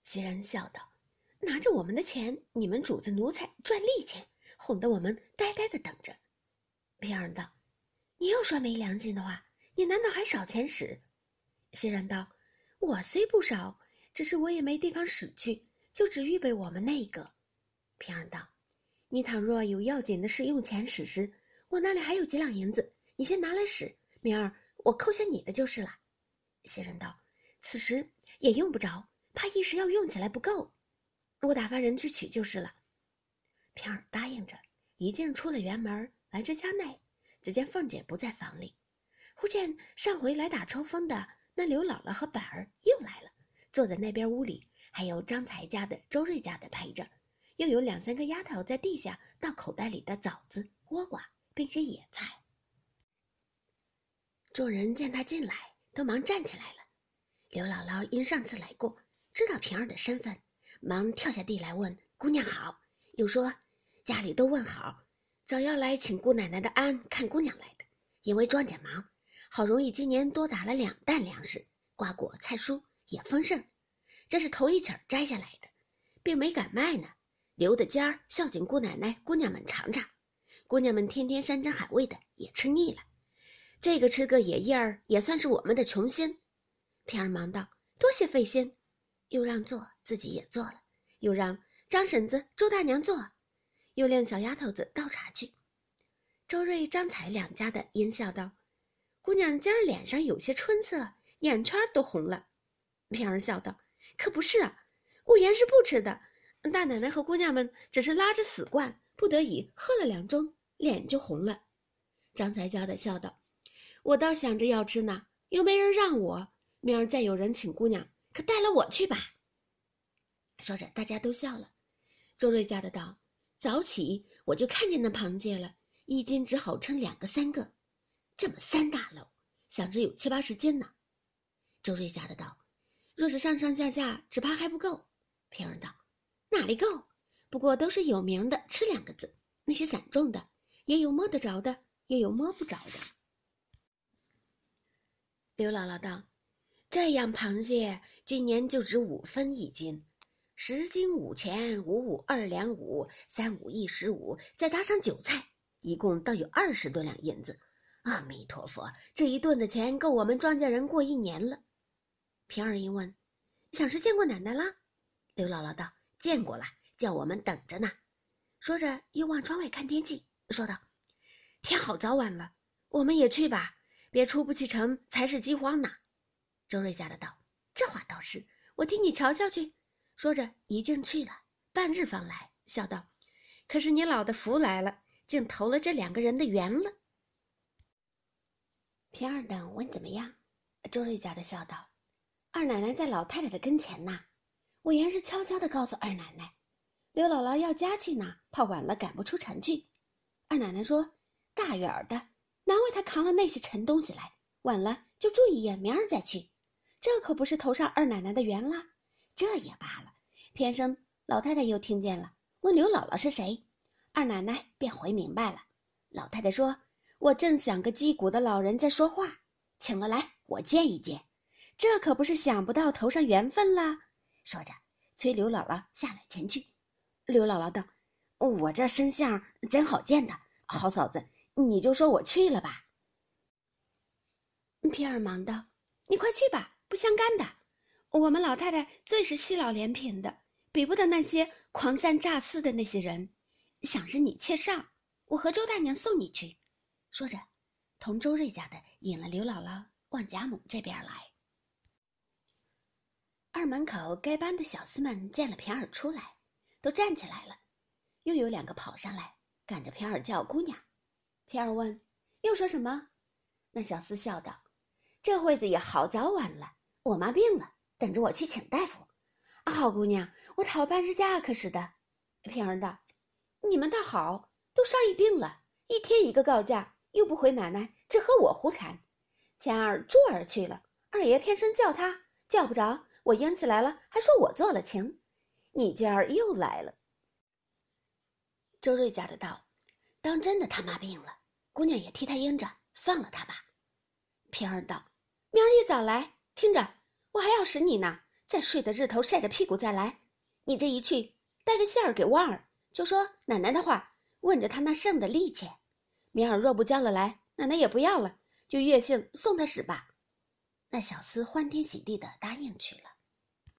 袭人笑道：“拿着我们的钱，你们主子奴才赚利钱，哄得我们呆呆的等着。”平儿道：“你又说没良心的话，你难道还少钱使？”袭人道：“我虽不少，只是我也没地方使去，就只预备我们那个。”平儿道：“你倘若有要紧的事用钱使时，我那里还有几两银子，你先拿来使，明儿我扣下你的就是了。”袭人道：“此时也用不着，怕一时要用起来不够，我打发人去取就是了。”平儿答应着，一径出了园门，来至家内，只见凤姐不在房里，忽见上回来打抽风的那刘姥姥和板儿又来了，坐在那边屋里，还有张才家的、周瑞家的陪着，又有2、3个丫头在地下倒口袋里的枣子、倭瓜，并且野菜。众人见他进来，都忙站起来了。刘姥姥因上次来过，知道平儿的身份，忙跳下地来问姑娘好，又说家里都问好，早要来请姑奶奶的安看姑娘来的，因为庄稼忙，好容易今年多打了2担粮食，瓜果菜蔬也丰盛，这是头一起摘下来的，并没敢卖呢，留的尖儿孝敬姑奶奶姑娘们尝尝，姑娘们天天山珍海味的也吃腻了，这个吃个野叶儿也算是我们的穷心。平儿忙道：“多谢费心。”又让做，自己也做了，又让张婶子、周大娘做，又令小丫头子倒茶去。周瑞、张彩2家的因笑道：“姑娘今儿脸上有些春色，眼圈都红了。”平儿笑道：“可不是啊，我原是不吃的，大奶奶和姑娘们只是拉着死惯，不得已喝了2盅，脸就红了。”张才家的笑道：“我倒想着要吃呢，又没人让我，明儿再有人请姑娘，可带了我去吧。”说着大家都笑了。周瑞家的道：“早起我就看见那螃蟹了，一斤只好称2个3个，这么3大篓，想着有7、80斤呢。”周瑞家的道：“若是上上下下，只怕还不够。”平儿道：“哪里够？不过都是有名的吃2个字，那些散种的，也有摸得着的，也有摸不着的。”刘姥姥道：“这样螃蟹今年就值5分1斤，10斤5钱，5、5、2两5，3、5、1、15，再搭上韭菜，一共倒有20多两银子。阿弥陀佛，这一顿的钱够我们庄稼人过1年了。”平儿一问：“想是见过奶奶了？”刘姥姥道：“见过了，叫我们等着呢。”说着又往窗外看天气，说道：“天好早晚了，我们也去吧，别出不去城才是饥荒呢。”周瑞家的道：“这话倒是，我替你瞧瞧去。”说着一径去了，半日方来，笑道：“可是你老的福来了，竟投了这2个人的缘了。”平儿等问怎么样，周瑞家的笑道：“二奶奶在老太太的跟前呢，我原是悄悄地告诉二奶奶，刘姥姥要家去呢，怕晚了赶不出城去。二奶奶说大远的，难为她扛了那些沉东西来，晚了就住一夜，明儿再去。这可不是投上二奶奶的缘了。这也罢了，偏生老太太又听见了，问刘姥姥是谁，二奶奶便回明白了。老太太说，我正想个击鼓的老人在说话，请了来，我见一见。这可不是想不到头上缘分啦。说着催刘姥姥下来前去。刘姥姥道：“我这身相真好见的，好嫂子，你就说我去了吧。”平儿忙道：“你快去吧，不相干的。我们老太太最是惜老怜贫的，比不得那些狂三诈四的那些人。想是你妾上，我和周大娘送你去。”说着同周瑞家的引了刘姥姥往贾母这边来。二门口该班的小厮们见了平儿出来，都站起来了，又有2个跑上来赶着平儿叫姑娘。平儿问：“又说什么？”那小厮笑道：“这会子也好早晚了，我妈病了，等着我去请大夫。好姑娘，我讨半日假可是的。”平儿道：“你们倒好，都商议定了，一天一个告假，又不回奶奶，只和我胡缠。前儿珠儿去了，二爷偏生叫他，叫不着，我应起来了，还说我做了情。你今儿又来了。”周瑞家的道：“当真的他妈病了，姑娘也替他应着，放了他吧。”平儿道：“明儿一早来，听着，我还要使你呢， 再睡得日头晒着屁股再来。你这一去，带个信儿给旺儿，就说奶奶的话，问着他那剩的力气。明儿若不交了来，奶奶也不要了，就月姓送他使吧。”那小厮欢天喜地地答应去了。